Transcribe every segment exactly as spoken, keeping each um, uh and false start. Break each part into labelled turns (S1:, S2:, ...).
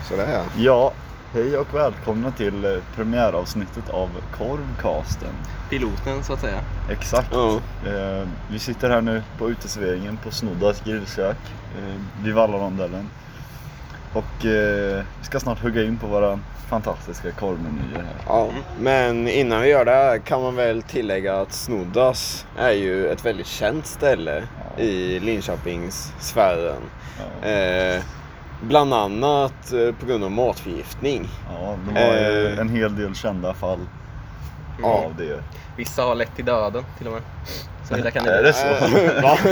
S1: Så det är.
S2: Ja, hej och välkomna till premiäravsnittet av Korvcasten.
S3: Piloten så att säga.
S2: Exakt.
S1: Ja.
S2: Eh, vi sitter här nu på uteserveringen på Snoddas grillkök eh, vid Vallarondellen. Och eh, vi ska snart hugga in på våra fantastiska korvmenyer här.
S1: Ja, men innan vi gör det kan man väl tillägga att Snoddas är ju ett väldigt känt ställe
S2: Ja.
S1: i Linköpingssfären.
S2: Ja,
S1: Eh, bland annat eh, på grund av matförgiftning.
S2: ja det var ju
S1: Eh.
S2: en hel del kända fall
S1: Ja.
S2: av det.
S3: Vissa har lett till döden till och med. Så illa kan det
S2: Är
S3: bli.
S2: det så?
S1: Eh, va?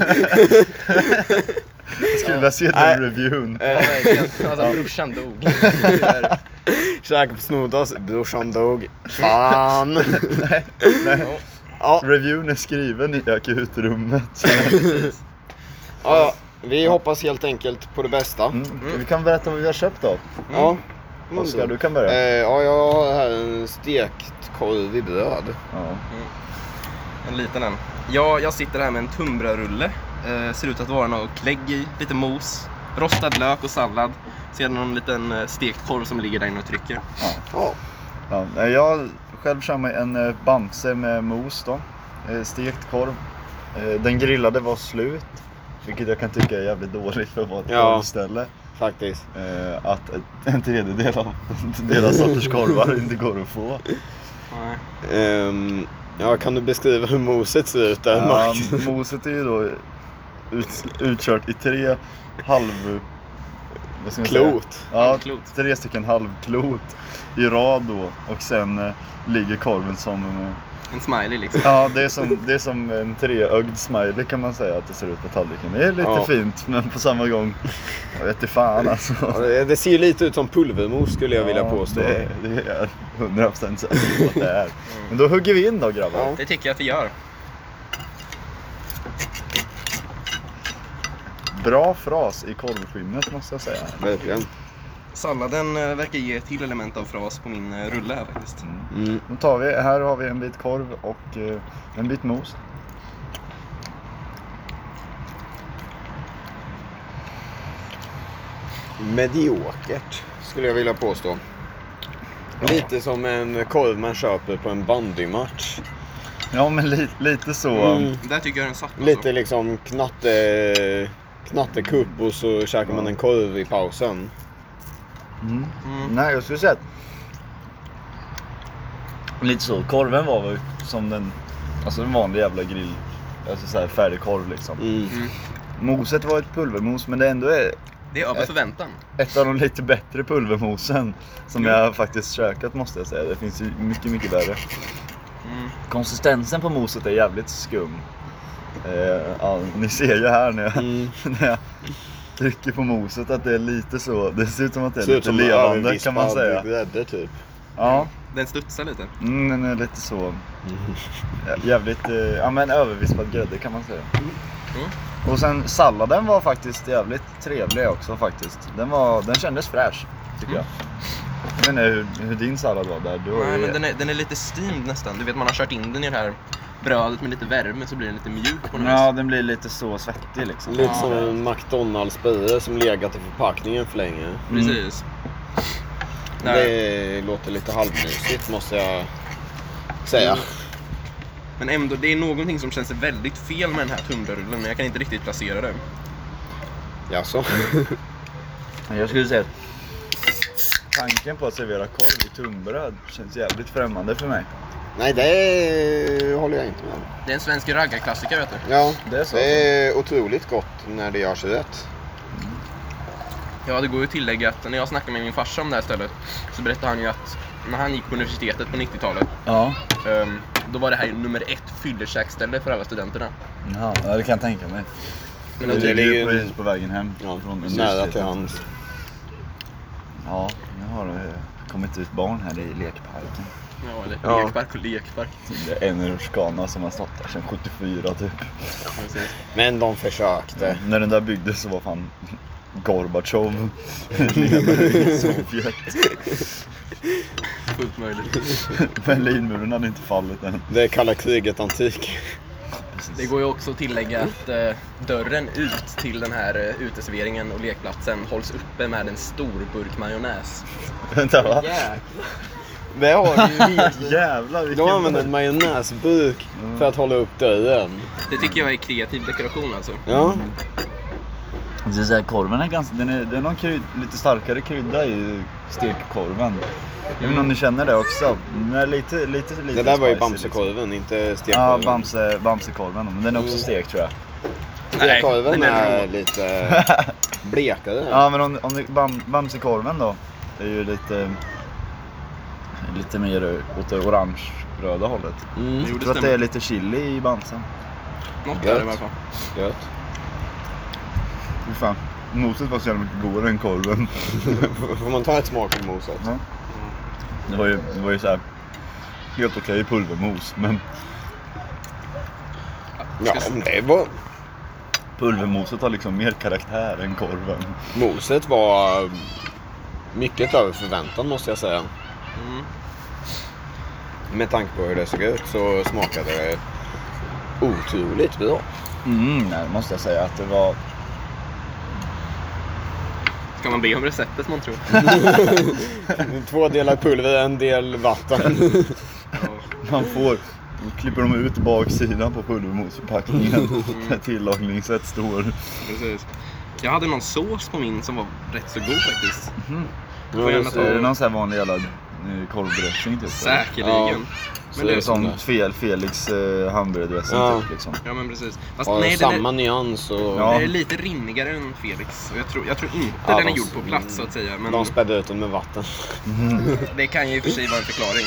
S2: Jag skulle vilja se den
S1: Nej.
S2: reviewn.
S3: Ja, verkligen. Alltså brorsan dog. Tyvärr.
S1: Käka på Snoddas, brorsan dog. Fan!
S2: Nej, nej.
S1: Ja,
S2: Reviewn är skriven i akutrummet.
S1: ja, vi hoppas helt enkelt på det bästa.
S2: Mm. Vi kan berätta vad vi har köpt då.
S1: Ja.
S2: Oskar, du kan börja.
S1: Eh, ja, jag har här en stekt korv i bröd.
S2: Ja.
S3: En liten en. Ja, jag sitter här med en tunnbrödsrulle. Eh, ser ut att vara något klägg i, lite mos, rostad lök och sallad. Sedan någon liten eh, stekt korv som ligger där inne och trycker.
S1: Ja.
S2: Ja. Nej, jag själv kör mig en eh, bamse med mos då. Eh, stekt korv. Eh, den grillade var slut. Vilket jag kan tycka är jävligt dåligt för att vara ett
S1: Ja.
S2: korvställe. Faktiskt. Eh, att en tredjedel av deras sorters korvar inte går att få.
S3: Nej.
S1: Ehm, ja, kan du beskriva hur moset ser ut där,
S2: Ja,
S1: Max?
S2: moset är ju då ut, utkört i tre halv... vad ska man säga?
S1: Klot.
S2: Ja,
S3: Halvklot.
S2: tre stycken halvklot i rad då. Och sen eh, ligger korven som... Eh,
S3: En smiley liksom.
S2: ja, det är, som, det är som en treögd smiley kan man säga att det ser ut på tallriken. Det är lite
S1: Ja.
S2: fint, men på samma gång... Jag vet inte fan alltså.
S1: Ja, det, det ser ju lite ut som pulvermos skulle jag vilja
S2: Ja,
S1: påstå.
S2: Det, det är hundra procent säker på att det är. Men då hugger vi in då, grabbar.
S1: Ja.
S3: Det tycker jag att vi gör.
S2: Bra fras i korvskinnet måste jag säga.
S1: Verkligen.
S3: Salladen eh, verkar ge ett till element av fras på min eh, rulle här faktiskt.
S1: Mm.
S2: Då tar vi, här har vi en bit korv och eh, en bit mos.
S1: Mediokert skulle jag vilja påstå. Lite som en korv man köper på en bandymatch.
S2: Ja, men li, lite så.
S1: Mm.
S3: Där tycker jag den satt. Alltså.
S1: Lite liksom knatte, knattekupp och så käkar man en korv i pausen.
S2: Mm.
S3: Mm.
S2: Nej, jag skulle säga att lite så, korven var väl som den, alltså en vanlig jävla grill, alltså så här färdig korv liksom.
S1: Mm.
S3: Mm.
S2: Moset var ett pulvermos, men det ändå är
S3: Det är över förväntan.
S2: ett av de lite bättre pulvermosen som
S3: Jo.
S2: jag faktiskt käkat måste jag säga. Det finns ju mycket, mycket värre.
S3: Mm.
S2: Konsistensen på moset är jävligt skum. Eh, ja, ni ser ju här när jag,
S1: Mm.
S2: när jag trycker på moset att det är lite så, det ser ut som att det är
S1: Ser ut
S2: lite
S1: som
S2: levande kan man säga.
S1: grädde typ.
S2: Ja,
S3: Den studsar lite.
S2: mm, den är lite så jävligt, eh, ja men övervispad grädde kan man säga.
S3: Mm.
S2: Och sen salladen var faktiskt jävligt trevlig också faktiskt. Den, var, den kändes fräsch tycker jag. Jag vet inte hur, hur din sallad var där. Du har
S3: Nej,
S2: ju-
S3: men den är, den är lite steamed nästan. Du vet, man har kört in den i det här brödet med lite värme så blir den lite mjuk på något
S2: Ja,
S3: vis.
S2: den blir lite så svettig liksom.
S1: Lite
S3: Ja.
S1: som en McDonalds-burgare som legat i förpackningen för länge.
S3: Precis.
S1: Det låter lite halvmysigt måste jag säga.
S3: Mm. Men ändå, det är någonting som känns väldigt fel med den här tunnbrödsrullen, men jag kan inte riktigt placera det.
S1: Jaså?
S2: Jag skulle säga att tanken på att servera korv i tunnbröd känns jävligt främmande för mig.
S1: Nej, det håller jag inte med om.
S3: Det är en svensk raggarklassiker, vet du.
S1: Ja,
S2: Det är så.
S1: det är otroligt gott när det görs rätt.
S3: Ja, det går ju att tillägga att när jag snackade med min farsa om det här stället så berättade han ju att när han gick på universitetet på nittiotalet
S2: Ja.
S3: um, då var det här nummer ett fyllekäkställe för alla studenterna.
S2: Ja, det kan jag tänka mig.
S3: Men
S2: Det
S3: det,
S1: det
S2: ligger
S1: ligger
S2: ju
S1: ju-
S2: precis på vägen hem.
S1: Ja,
S2: från
S1: nära
S2: universitetet.
S1: till hans.
S2: Ja, nu har det kommit ut barn här i lekparken.
S3: ja, eller
S1: Ja.
S3: lekpark och lekpark.
S2: Det är en rutschkana som har stått där sedan sjuttiofyra typ.
S3: Precis.
S1: Men de försökte.
S2: När den där byggdes så var fan Gorbatjov ledare i Sovjet.
S3: Fullt möjligt.
S2: Berlinmuren hade inte fallit än.
S1: Det är kalla kriget antik.
S2: Precis.
S3: Det går ju också att tillägga att eh, dörren ut till den här eh, uteserveringen och lekplatsen hålls uppe med en stor burk majonnäs.
S2: Vänta, va?
S3: Jäklar.
S1: Det har ju helt...
S2: Jävlar, vilken...
S1: De använder en majonnäsburk för att hålla upp dörren.
S3: Det tycker jag är kreativ dekoration alltså.
S1: Ja.
S2: Det är så här, korven är ganska, den är, det är någon kryd, lite starkare krydda i stekkorven. Jag vet inte om ni känner det också. Den är lite, lite, lite
S1: Det där var ju
S2: spicy,
S1: bamsekorven,
S2: liksom.
S1: inte stekkorven.
S2: Ja, bamse, bamsekorven. Men den är också stekt, tror jag.
S1: Stekkorven
S3: Nej, den är
S1: är
S3: rå.
S1: lite blekare.
S2: Ja, men om, om det, bam, bamsekorven då. Det är ju lite... Lite mer åt det orange-röda hållet.
S1: Mm.
S2: Jag tror att det är lite chili i bamsen.
S3: Något där i alla fall.
S1: Gött.
S2: Fy fan. Moset var så jävla mycket godare än korven.
S1: Får man ta ett smak på moset?
S2: Ja. Det var ju, det var ju så här helt okej pulvermos, men
S1: Ja, men det var...
S2: pulvermoset har liksom mer karaktär än korven.
S1: Moset var mycket över förväntan, måste jag säga.
S3: Mm.
S1: Med tanke på hur det såg ut så smakade det otroligt bra.
S2: Mm, nej, måste jag säga att det var...
S3: Ska man be om receptet, man tror?
S1: Två delar pulver, en del vatten.
S2: Man får... Klipper de ut baksidan på pulvermosförpackningen. Där tillagningssätt står.
S3: Precis. Jag hade någon sås på min som var rätt så god faktiskt.
S2: Mm.
S3: Får gärna ta-
S2: Är det någon sån här vanlig jävla eh, korvdressing typ?
S3: Säkerligen.
S1: Ja.
S2: Så
S3: Men
S2: det är
S3: det,
S2: som fel, Felix eh, hamburgardressing
S1: Ja.
S2: typ liksom.
S3: ja men precis. Fast
S1: Och
S3: nej,
S1: samma
S3: den är,
S1: nyans och
S2: Ja.
S3: den är lite rinnigare än Felix. Och jag tror, jag tror inte
S1: Ja,
S3: den är
S1: de-
S3: gjord på plats så att säga. Men
S1: de spädde ut den med vatten.
S3: det kan ju i och för sig vara en förklaring.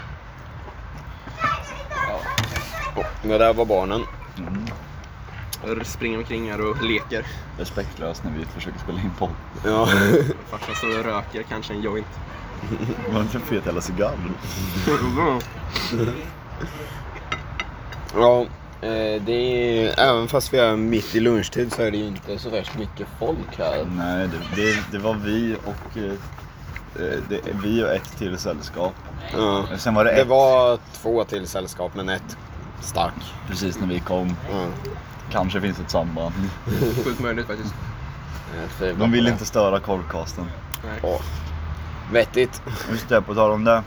S1: Oh, det där var barnen.
S2: Mm.
S3: Jag springer omkring här och leker.
S2: Respektlöst när vi försöker spela in podd.
S1: Ja.
S3: Farsan står och röker kanske en joint.
S2: Det var inte en fet jävla cigarr.
S1: Ja, eh, det är, även fast vi är mitt i lunchtid så är det ju inte så värst mycket folk här.
S2: Nej, det, det, det var vi och eh, det, vi och ett till sällskap.
S1: Ja.
S2: Sen var det,
S1: Det
S2: ett,
S1: var två till sällskap men ett stack.
S2: precis när vi kom.
S1: Ja.
S2: Kanske finns ett samband.
S3: Sjukt möjligt faktiskt.
S1: Jag tvivlar
S2: De
S1: på
S2: vill
S1: det.
S2: inte störa korvkasten.
S3: Nej.
S1: Ja. Vettigt.
S2: Just det, på tal om det.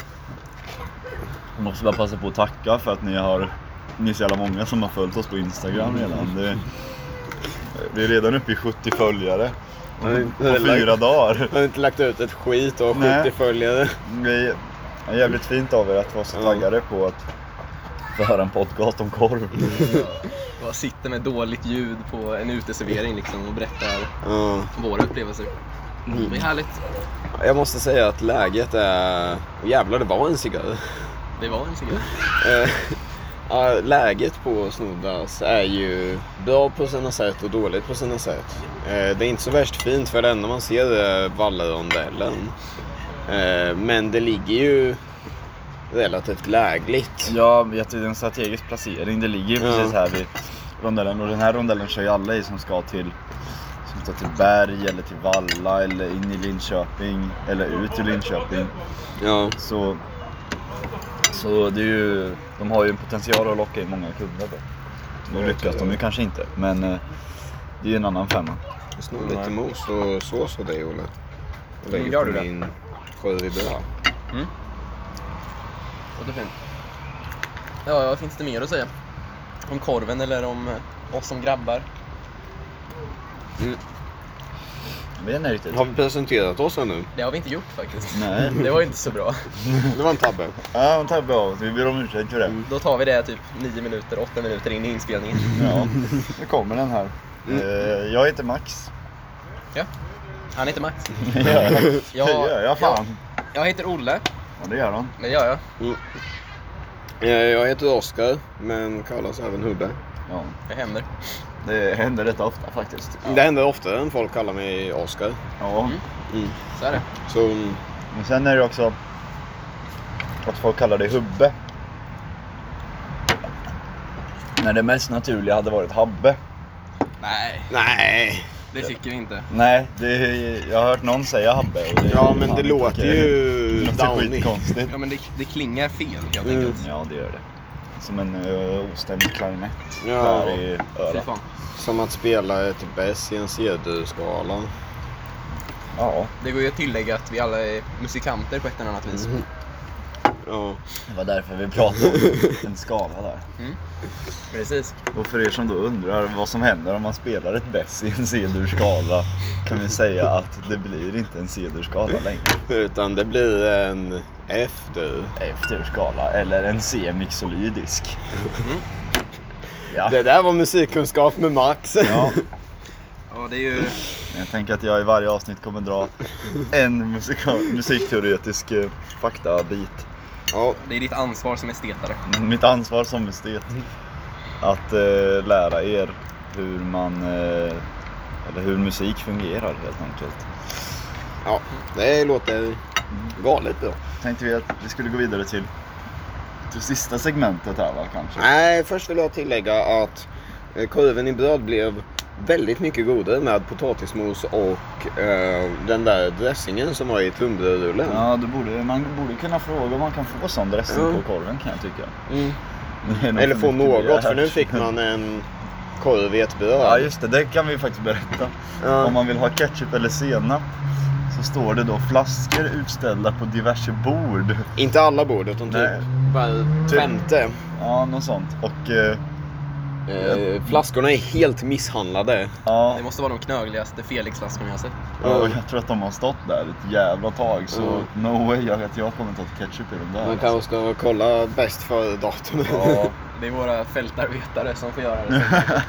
S2: Jag måste bara passa på att tacka för att ni har, ni är så jävla många som har följt oss på Instagram redan. Det, vi är redan uppe i sjuttio följare.
S1: Mm.
S2: På fyra dagar.
S1: Jag har inte lagt ut ett skit och
S2: Nej.
S1: sjuttio följare.
S2: Det är jävligt fint av er att vara så
S1: Ja.
S2: taggade på att få höra en podcast om korv.
S3: Jag sitter med dåligt ljud på en uteservering liksom och berättar
S1: Ja.
S3: våra upplevelser. Det är härligt.
S1: Jag måste säga att läget är... Oh, jävlar, det var en cigarr.
S3: Det var en cigarr.
S1: Eh, ja, läget på Snoddas är ju bra på sina sätt och dåligt på sina sätt. Eh, det är inte så värst fint för det enda man ser är Vallarondellen. Eh, men det ligger ju relativt lägligt.
S2: Ja, det är en strategisk placering. Det ligger ju precis
S1: Ja.
S2: här vid rondellen. Och den här rondellen kör ju alla i som ska till, som ska till Berg eller till Valla eller in i Linköping eller ut till Linköping.
S1: Ja,
S2: Så, så det är ju, de har ju en potential att locka in många kunder då. Nu lyckas de ju kanske inte, men eh, det är ju en annan femma.
S1: jag snor lite mos och sås av dig, Olle. Och lägger
S3: Gör
S1: på
S3: du det?
S1: min korvbröd.
S3: Mm. Och det är fint. Ja, vad finns det mer att säga? Om korven eller om eh, oss som grabbar?
S2: Jag vet inte riktigt.
S1: Har vi presenterat oss ännu?
S3: Det har vi inte gjort faktiskt.
S2: Nej.
S3: Det var inte så bra.
S1: Det var en tabbe.
S2: Ja, men tack bra. Vi ber om ursäkt för det.
S3: Då tar vi det typ nio minuter, åtta minuter in i inspelningen.
S2: Ja, nu kommer den här. Eh, Jag heter Max.
S3: Ja. Han heter Max.
S2: Det gör jag.
S3: Ja,
S2: Det gör jag fan.
S3: Jag heter Olle.
S2: Ja, det gör han.
S3: Det gör jag.
S1: Eh, Jag heter Oskar, men kallas även Hubbe.
S2: Ja,
S3: Det händer.
S2: det händer rätt ofta faktiskt.
S1: Det händer ofta än folk kallar mig Oskar.
S2: Ja.
S1: Mm.
S3: Så är det.
S1: Så
S2: Men sen är det också att folk kallar det Hubbe. När det mest naturliga hade varit Habbe.
S3: Nej,
S1: nej.
S3: det tycker vi inte.
S2: Nej, det är, jag har hört någon säga Habbe. Och det är
S1: Ja, men
S2: fan
S1: det
S2: inte
S1: låter
S2: okej.
S1: ju
S2: Det låter
S1: downy.
S2: skitkonstigt.
S3: Ja, men det, det klingar fel helt
S1: Mm.
S3: enkelt.
S2: Ja, det gör det. som en uh, ostämd klarinett
S1: Ja.
S2: här i
S3: Fy
S2: örat.
S3: fan.
S1: Som att spela ett bäss i en C-dur-skala.
S2: Ja,
S3: Det går ju att tillägga att vi alla är musikanter på ett eller annat vis.
S1: Mm. Ja.
S2: det var därför vi pratade om en skala där.
S3: Precis.
S2: Och för er som då undrar vad som händer om man spelar ett bäss i en C-dur-skala kan vi säga att det blir inte en C-dur-skala längre.
S1: Utan det blir en F-dur.
S2: F-dur-skala eller en C-mixolydisk. Ja.
S1: Det där var musikkunskap med Max.
S2: Ja,
S3: Ja, det är ju...
S2: jag tänker att jag i varje avsnitt kommer dra en musika- musikteoretisk eh, faktabit.
S1: Ja.
S3: Det är ditt ansvar som estetare.
S2: Mitt ansvar som estet att eh, lära er hur man eh, eller hur musik fungerar helt enkelt.
S1: Ja, det låter galet bra.
S2: Tänkte vi att vi skulle gå vidare till till sista segmentet här va kanske.
S1: Nej, först vill jag tillägga att eh, korven i bröd blev väldigt mycket godare med potatismos och eh, den där dressingen som var i tunnbrödsrullen.
S2: Ja, du borde, man borde kunna fråga om man kan få sån dressing
S1: Ja.
S2: på korven kan jag tycka.
S1: Mm.
S2: Det är nog
S1: Eller
S2: för
S1: få
S2: mycket
S1: något,
S2: begärt.
S1: för nu fick man en korv i ett bröd.
S2: Ja just det, det kan vi faktiskt berätta.
S1: Ja.
S2: Om man vill ha ketchup eller senap så står det då flaskor utställda på diverse bord.
S1: Inte alla bord, utan typ
S2: Nej.
S1: var femte.
S2: Ja, något sånt. Och eh,
S1: Eh, flaskorna är helt misshandlade.
S2: ja,
S3: Det måste vara de knögligaste Felix-flaskorna jag har sett.
S2: och jag tror att de har stått där ett jävla tag. Så
S1: Mm.
S2: no way jag, att jag kommer ta ketchup i de där.
S1: Man kanske ska kolla bäst för datumet.
S2: Ja.
S3: Det är våra fältarbetare som får göra det.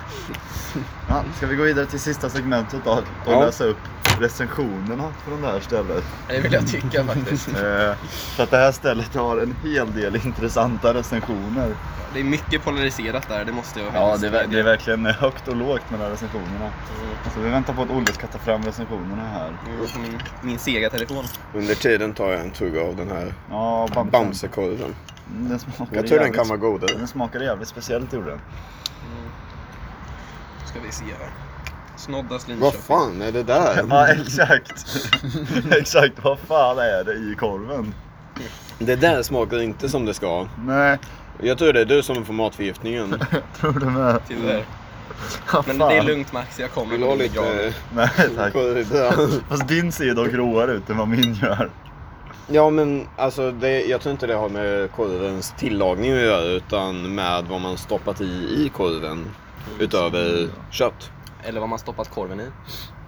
S2: Ja, ska vi gå vidare till sista segmentet då och
S1: Ja.
S2: läsa upp recensionerna från det här stället.
S3: Det vill jag tycka faktiskt.
S2: Eh, Så att det här stället har en hel del intressanta recensioner.
S3: Det är mycket polariserat där, det måste jag
S2: Ja,
S3: helst
S2: det är, ver-
S3: medge.
S2: det är verkligen högt och lågt med de här recensionerna.
S3: Mm.
S2: Så vi väntar på att Olle ska ta fram recensionerna här.
S3: Mm, på min, min sega telefon.
S1: Under tiden tar jag en tugga av den här
S2: Ja, Bamsen.
S1: Bamsekorven.
S2: Mm, Den smakade
S1: Jag tror den
S2: jävligt-
S1: kan vara godare.
S2: Den smakade jävligt speciellt, gjorde den.
S3: Mm. Ska vi se här. Snoddas
S1: Vad
S3: Linköping.
S1: fan är det där?
S2: Ja, exakt. Exakt, vad fan är det i korven?
S1: Det där smakar inte som det ska.
S2: Nej,
S1: Jag tror det är du som får matförgiftningen.
S2: tror du med?
S3: Tyvärr.
S2: Vad
S3: Men
S2: fan?
S3: det är lugnt Max, jag kommer
S1: Vill
S3: med
S1: ha
S3: min begravning.
S1: lite
S2: Nej, tack.
S1: korv?
S2: Fast din ser dock råare ut än vad min gör.
S1: Ja, men alltså det, jag tror inte det har med korvens tillagning att göra, utan med vad man stoppat i i korven utöver kött.
S3: Eller vad man stoppat korven i.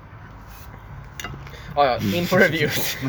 S3: Ah, ja, in på reviews.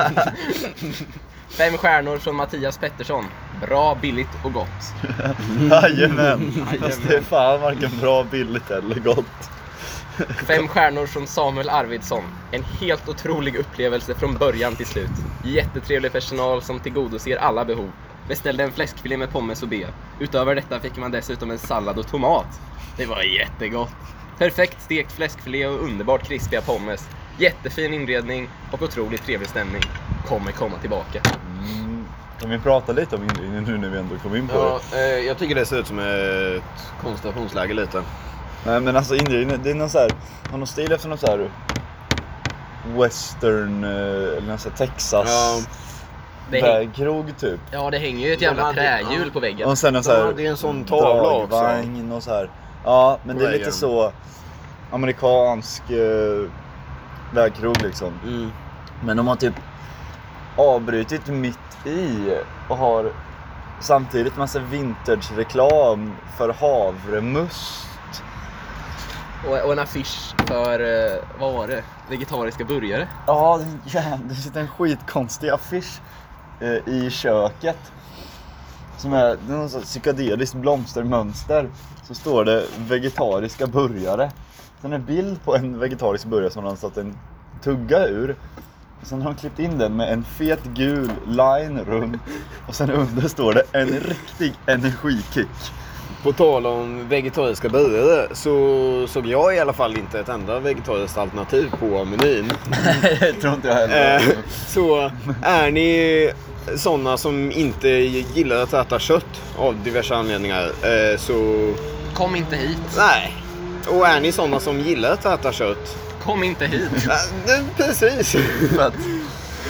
S3: Fem stjärnor från Mattias Pettersson. Bra, billigt och gott.
S2: Jajamän. Fast det är fan varken bra, billigt eller gott.
S3: Fem stjärnor från Samuel Arvidsson. En helt otrolig upplevelse från början till slut. Jättetrevlig personal som tillgodoser alla behov. Beställde en fläskfilé med pommes och bea. Utöver detta fick man dessutom en sallad och tomat. Det var jättegott. Perfekt stekt fläskfilé och underbart krispiga pommes. Jättefin inredning och otroligt trevlig stämning. Kommer komma tillbaka.
S2: Mm. Kan vi prata lite om inredningen nu när vi ändå kom in på
S1: Ja,
S2: det?
S1: eh, jag tycker det ser ut som ett koncentrationsläge lite.
S2: Nej men alltså inredningen, det är någon så här, har någon stil efter någon så här western eh, eller någon så här Texas
S1: Ja.
S3: Det, häng,
S2: vägkrog typ.
S3: ja, det hänger ju ett jävla
S1: De hade-
S3: trähjul
S1: ja.
S3: på väggen.
S2: Och sen en så
S1: De
S2: här
S1: hade ju en sån tavla också.
S2: dragvagn och så här. Ja, men
S1: På
S2: det är lite
S1: väggen.
S2: så amerikansk eh, vägkrog liksom.
S1: Mm.
S2: Men de har typ avbrutit mitt i och har samtidigt massa vintage-reklam för havremust.
S3: Och, och en affisch för, eh, vad var det? Vegetariska burgare.
S2: Ja, det, ja, det sitter en skitkonstig affisch eh, i köket. Som är, det är någon sån psykedeliskt blomstermönster. Så står det vegetariska burgare. Sen är en bild på en vegetarisk burgare som de har satt en tugga ur. Och sen har de klippt in den med en fet gul line runt. Och sen under står det en riktig energikick.
S1: På tal om vegetariska burgare så såg jag i alla fall inte ett enda vegetariskt alternativ på menyn.
S2: Det tror inte jag heller.
S1: Eh, så är ni sådana som inte gillar att äta kött av diverse anledningar, eh, så
S3: Kom inte hit.
S1: nej. Och är ni sådana som gillar att äta kött,
S3: Kom inte hit.
S1: eh, det- precis.
S2: För att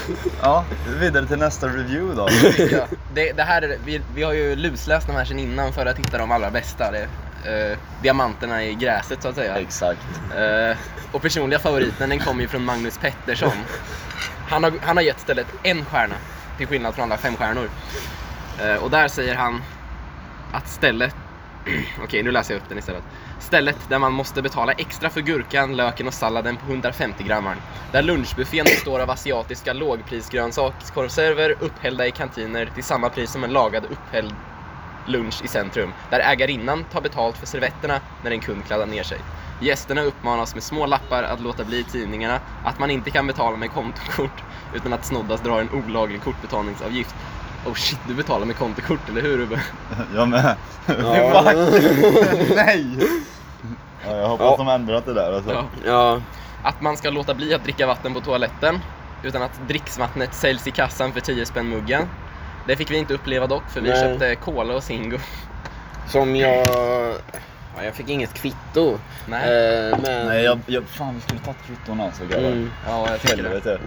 S2: Ja, vidare till nästa review då.
S3: Ja, det, det här är, vi, vi har ju lusläst de här sedan innan för att hitta de allra bästa. Det, eh, diamanterna i gräset så att säga.
S2: Exakt.
S3: Eh, och personliga favoriten, den kommer ju från Magnus Pettersson. Han har, han har gett stället en stjärna, till skillnad från alla fem stjärnor. Eh, och där säger han att stället... Okej, nu läser jag upp den istället. Stället där man måste betala extra för gurkan, löken och salladen på hundrafemtio grammar. Där lunchbuffén består av asiatiska lågprisgrönsakskonserver upphällda i kantiner till samma pris som en lagad upphälld lunch i centrum. Där ägarinnan tar betalt för servetterna när en kund kladdar ner sig. Gästerna uppmanas med små lappar att låta bli tidningarna att man inte kan betala med kontokort utan att Snoddas drar en olaglig kortbetalningsavgift. Oh shit, du betalar med kontokort, eller hur Ruben?
S2: Jag med.
S1: Ja.
S2: Nej! Ja, jag hoppas
S1: Ja.
S2: de ändrat det där alltså.
S3: Ja.
S1: Ja,
S3: Att man ska låta bli att dricka vatten på toaletten utan att dricksvattnet säljs i kassan för tio spänn muggen. Det fick vi inte uppleva dock, för vi
S1: Nej.
S3: köpte cola och Zingo.
S1: som jag... Ja, jag fick inget kvitto.
S3: Nej.
S1: Eh, men
S2: Nej, jag, jag, fan vi skulle tagit kvitton alltså grabbar.
S1: Mm.
S3: Ja, jag tycker det.
S2: Helvete.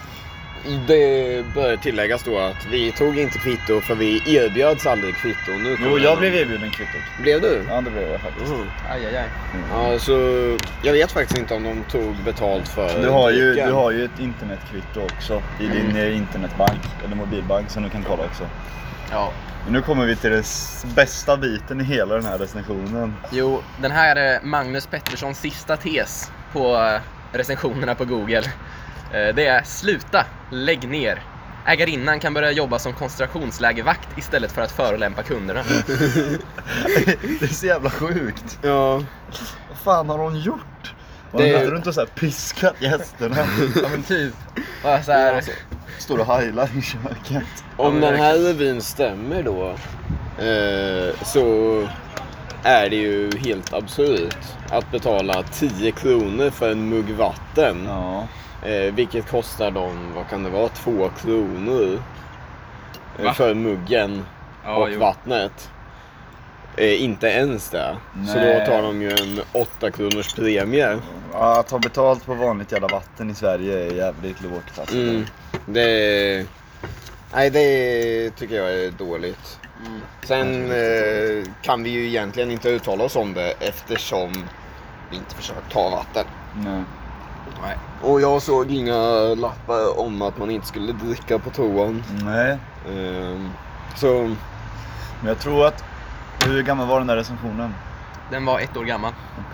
S1: Det bör tilläggas då att vi tog inte kvitto för vi erbjöds aldrig kvitto. Nu
S2: Jo, jag blev erbjuden kvittot.
S1: Blev du?
S2: Ja, det blev jag faktiskt.
S1: Mhm.
S3: Aj, aj, aj.
S1: Ja, så jag vet faktiskt inte om de tog betalt för
S2: Du har, ju,
S1: drycken.
S2: du har ju ett internetkvitto också i din
S1: Mm.
S2: eh, internetbank eller mobilbank som du kan kolla också.
S3: Ja.
S2: Men nu kommer vi till den s- bästa biten i hela den här recensionen.
S3: Jo, den här är Magnus Petterssons sista tes på eh, recensionerna på Google. Eh, Det är sluta, lägg ner. Ägarinnan kan börja jobba som koncentrationslägervakt istället för att förolämpa kunderna.
S2: Det är så jävla sjukt.
S1: Ja,
S2: Vad fan har hon gjort? Hon
S1: Det-
S2: har gått runt och så här piskat gästerna.
S3: Ja men typ. Bara så här,
S2: Står och heilar i köket.
S1: om den här revyn stämmer då eh, så är det ju helt absurt att betala tio kronor för en mugg vatten.
S2: Ja.
S1: Eh, vilket kostar dem, vad kan det vara, två kronor eh,
S3: Va?
S1: för muggen
S3: Ja,
S1: och
S3: jo.
S1: vattnet. Eh, inte ens det. Så
S2: Nej.
S1: då tar de ju en åtta kronors premie.
S2: Ja, att ta betalt på vanligt jävla vatten i Sverige är jävligt lågt alltså.
S1: Mm. Det, nej, det tycker jag är dåligt.
S3: Mm.
S1: Sen eh, kan vi ju egentligen inte uttala oss om det eftersom vi inte försökt ta vatten.
S2: Nej.
S3: Nej.
S1: Och jag såg inga lappar om att man inte skulle dricka på toan.
S2: Nej.
S1: Ehm, så
S2: Men jag tror att... Hur gammal var den där recensionen?
S3: Den var ett år gammal.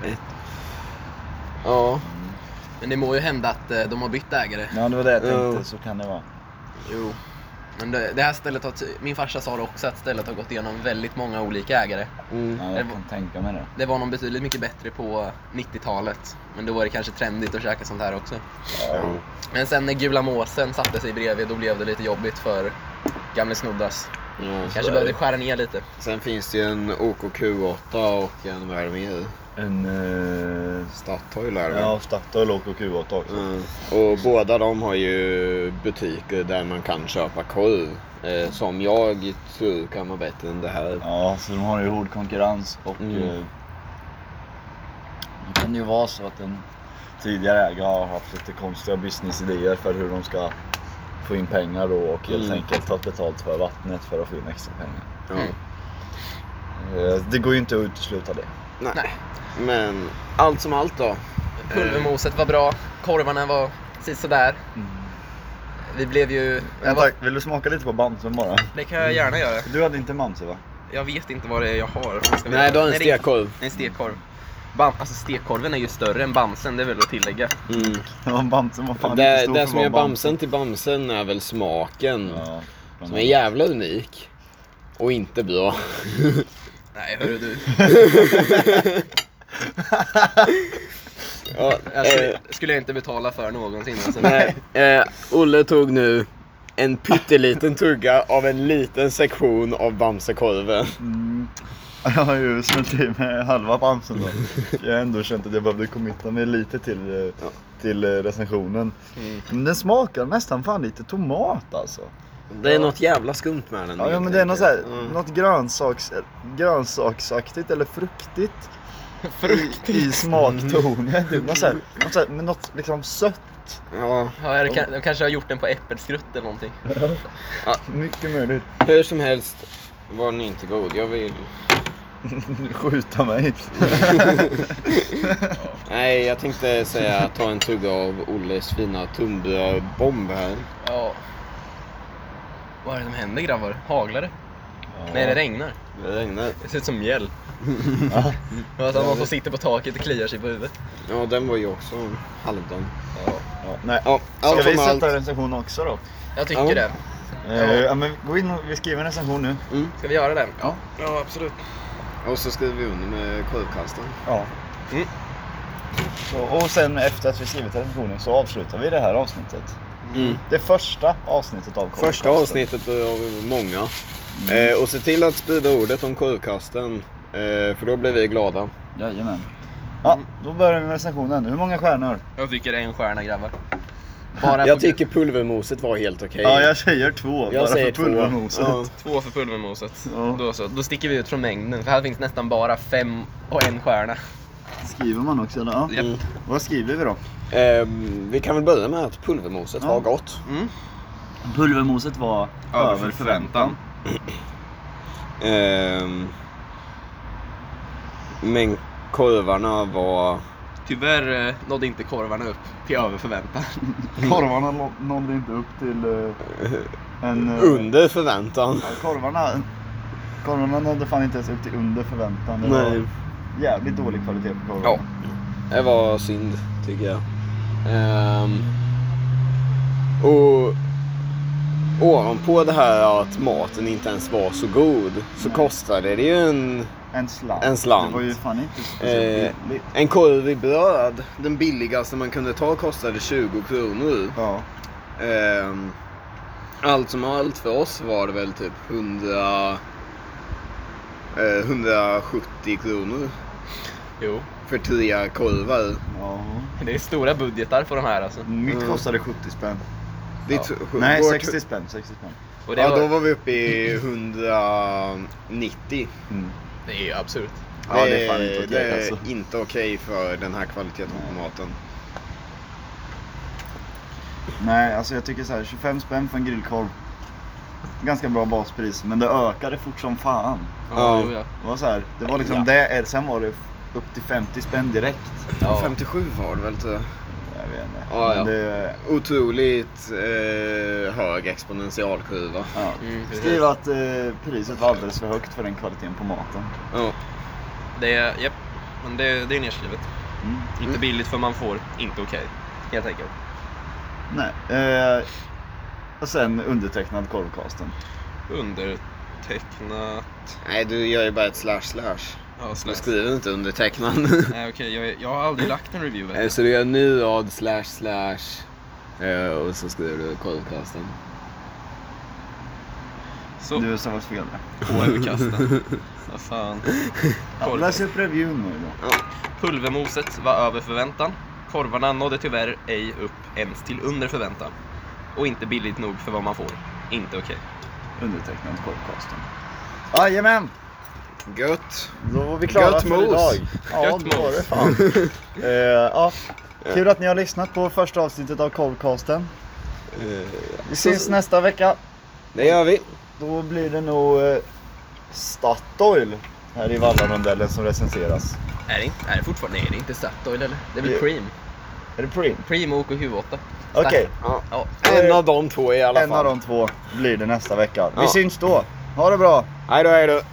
S1: ja,
S3: Men det må ju hända att eh, de har bytt ägare.
S2: Ja, det var det jag tänkte.
S1: Ja.
S2: Så kan det vara.
S3: Jo. Men det, det här stället har, ty- min farsa sa det också att stället har gått igenom väldigt många olika ägare.
S1: mm.
S2: Ja, jag kan tänka mig det.
S3: Det var nog betydligt mycket bättre på nittiotalet. Men då var det kanske trendigt att käka sånt här också.
S2: Ja.
S3: Men sen när Gula Måsen satte sig bredvid, då blev det lite jobbigt för gamle Snoddas.
S1: Ja.
S3: Kanske behövde skära ner lite.
S1: Sen finns det ju en O K Q åtta och en, vad är det mer?
S2: En... Uh...
S1: Statoil är det.
S2: Ja, Statoil och Q åtta också.
S1: Mm. Och båda de har ju butiker där man kan köpa korv. Eh, som jag tror kan vara bättre än det här.
S2: Ja, så de har ju hård konkurrens och
S1: Mm.
S2: eh, det kan ju vara så att en tidigare ägare har haft lite konstiga businessidéer för hur de ska få in pengar då och helt
S1: Mm.
S2: enkelt ta betalt för vattnet för att få in extra pengar.
S1: Ja.
S3: Mm.
S2: Eh, Det går ju inte att utesluta det.
S1: Nej.
S3: Nej.
S1: Men allt som allt då.
S3: Pulvermoset var bra, korvarna var sådär. Vi blev ju...
S2: Men
S3: Jag var,
S2: tack, vill du smaka lite på Bamsen bara?
S3: det kan jag gärna göra.
S2: Du hade inte Bamse va?
S3: Jag vet inte vad det är jag har. Vad ska vi
S1: Nej,
S3: göra?
S1: du har en
S3: det-
S1: stekkorv.
S3: En stekkorv. Bam, alltså stekkorven är ju större än Bamsen, det är väl att tillägga.
S1: Mm.
S2: Ja, Bamsen var fan
S1: Det,
S2: inte stor
S1: det
S2: för
S1: som
S2: att
S1: gör
S2: vara
S1: Bamsen till Bamsen är väl smaken.
S2: Ja,
S1: Som är jävla unik. Och inte bra.
S3: Nej, hörru du.
S1: Ja,
S3: Jag skulle,
S1: eh,
S3: skulle jag inte betala för någonsin. Alltså.
S1: nej, eh, Olle tog nu en pytteliten tugga av en liten sektion av Bamsekorven.
S2: Mm. Jag har ju smält i med halva Bamsen då. Jag har ändå känt att jag behövde committa mig lite till, eh,
S1: Ja.
S2: till eh, recensionen.
S3: Mm.
S2: Men den smakar nästan fan lite tomat alltså.
S1: Det är något jävla skumt med den.
S2: Ja, ja men det är något, så här,
S1: Mm.
S2: något grönsaks, grönsaksaktigt eller fruktigt.
S3: Frukt.
S2: I, i smaktonen. Det var så här, något, så här, med något liksom sött.
S1: Ja,
S3: Ja, det kan, de kanske har gjort den på äppelskrutt eller någonting.
S2: Ja, mycket möjligt.
S1: hur som helst var den inte god. Jag vill...
S2: Skjuta mig.
S1: Nej, jag tänkte säga ta en tugga av Olles fina tunnbrödbomb här.
S3: Ja. Vad är det som händer, grabbar? Haglar det?
S2: Ja.
S3: Nej, det regnar.
S1: Det regnar.
S3: Det ser ut som mjäll.
S2: Ja.
S3: Det var att någon som sitter på taket och kliar sig på huvudet.
S1: Ja, den var ju också halvdan.
S3: Ja.
S2: Ja, nej.
S1: Ja,
S2: Ska
S1: allt
S2: vi
S1: som
S2: sätta
S1: allt.
S2: en recension också då?
S3: Jag tycker
S1: Ja.
S3: det.
S2: Eh, ja, men gå in och vi skriver en recension nu.
S1: Mm.
S3: Ska vi göra det?
S2: Ja.
S3: Ja, absolut.
S1: Och så skriver vi under med korvkasten.
S2: Ja.
S3: Mm.
S2: Så, och sen efter att vi skrivit recensionen så avslutar vi det här avsnittet.
S1: Mm.
S2: Det första avsnittet av korvkasten.
S1: Första avsnittet av många. Eh, och se till att sprida ordet om korvkasten. Eh, för då blir vi glada.
S2: Jajamän. Ja, då börjar vi med recensionen. Hur många stjärnor?
S3: Jag tycker en stjärna, grabbar. Bara
S1: Jag
S3: på-
S1: tycker pulvermoset var helt okej.
S2: Ja, jag säger två.
S1: Jag
S2: bara
S1: säger
S2: för pulvermoset.
S1: två. Ja.
S3: Två för pulvermoset.
S2: Ja.
S3: Då, så. Då sticker vi ut från mängden. För här finns nästan bara fem och en stjärna.
S2: Skriver man också eller? Ja.
S3: Japp.
S1: Mm.
S2: Vad skriver vi då?
S1: Eh, vi kan väl börja med att pulvermoset
S2: Ja.
S1: var gott.
S3: Mm.
S2: Pulvermoset var över förväntan.
S1: Ehm, men korvarna var...
S3: Tyvärr eh, nådde inte korvarna upp till över förväntan.
S2: Korvarna nå- nådde inte upp till eh, en... eh,
S1: under förväntan.
S2: ja, korvarna, korvarna nådde fan inte ens upp till under förväntan. Det
S1: Nej.
S2: var jävligt dålig kvalitet på korvarna.
S1: Ja. Det var synd, tycker jag. Ehm, och ovanpå det här att maten inte ens var så god så kostade det ju en,
S2: En slant.
S1: En slant.
S2: Det var ju fan inte speciellt
S1: eh,
S2: billigt.
S1: en korv i bröd. Den billigaste man kunde ta kostade tjugo kronor.
S2: Ja.
S1: Ehm, allt som allt för oss var det väl typ hundra, eh, hundrasjuttio kronor
S3: Jo.
S1: för tre korvar.
S2: ja.
S3: Det är stora budgetar på de här alltså.
S2: Mitt
S1: Mm.
S2: kostade sjuttio spänn.
S1: Det är
S3: Ja.
S1: t-
S2: Nej,
S1: vårt-
S2: sextio spänn. sextio spänn.
S3: Och det,
S1: Ja,
S3: var,
S1: då var vi uppe i hundranittio.
S2: Mm.
S3: det är ju absurt.
S2: Ja, det är fan inte okej,
S1: det är
S2: alltså.
S1: inte okej för den här kvaliteten på maten.
S2: Nej, alltså jag tycker så här, tjugofem spänn för en grillkorv. Ganska bra baspris, men det ökade fort som fan.
S1: Ja.
S3: jo, ja.
S2: Det var så här, det var liksom
S1: Ja.
S2: det, sen var det upp till femtio spänn direkt.
S3: Ja.
S1: femtiosju var det väl tror jag.
S2: Jag vet inte.
S1: Ja,
S2: Men
S1: ja.
S2: Det,
S1: Otroligt eh, hög exponentialkurva.
S2: ja.
S3: Mm, precis.
S2: Skriv att eh, priset var alldeles för högt för den kvaliteten på maten.
S1: Ja.
S3: Det är, japp. Men det, det är nedskrivet.
S2: Mm.
S3: Inte billigt för man får, inte okej. Helt enkelt.
S2: Nej. Eh, och sen undertecknad korvkasten.
S3: Undertecknat.
S1: Nej, du gör ju bara ett slash slash.
S3: Ja,
S1: Du
S3: slash.
S1: skriver inte undertecknad.
S3: Nej, okej. Jag, jag har aldrig lagt en review. vet
S1: Eh,
S3: jag.
S1: så du gör en ny rad slash slash. eh, Och så skriver du korvkasten.
S3: Så,
S2: Du sa vad fel där.
S3: korvkasten. Vad fan.
S2: Ja,
S3: Korv.
S2: läs upp reviewn nu då.
S3: Pulvermoset var över förväntan. Korvarna nådde tyvärr ej upp ens till under förväntan. Och inte billigt nog för vad man får. Inte okej.
S2: Undertecknad korvkasten. Jajamän!
S1: Gött.
S2: Då var vi klara
S1: Gött
S2: för
S1: mos.
S2: idag. Ja,
S3: Gött
S2: det var
S3: mos.
S2: det fan. eh, ja. Kul att ni har lyssnat på första avsnittet av korvkasten.
S1: Eh,
S2: Vi
S1: så-
S2: ses nästa vecka.
S1: Det gör vi.
S2: Då blir det nog eh, Statoil här i Vallarondellen som recenseras.
S3: Är det, inte, är det fortfarande? Nej, det är inte Statoil eller? Det är väl
S2: Jo.
S3: Preem.
S2: Är det Preem?
S3: Preem och Q åtta.
S2: Okej,
S1: Ja.
S3: Ja.
S1: En av de två i alla
S2: en
S1: fall.
S2: av de två blir det nästa vecka. Vi
S1: Ja.
S2: syns då. Ha det bra!
S1: Hej då, hej då.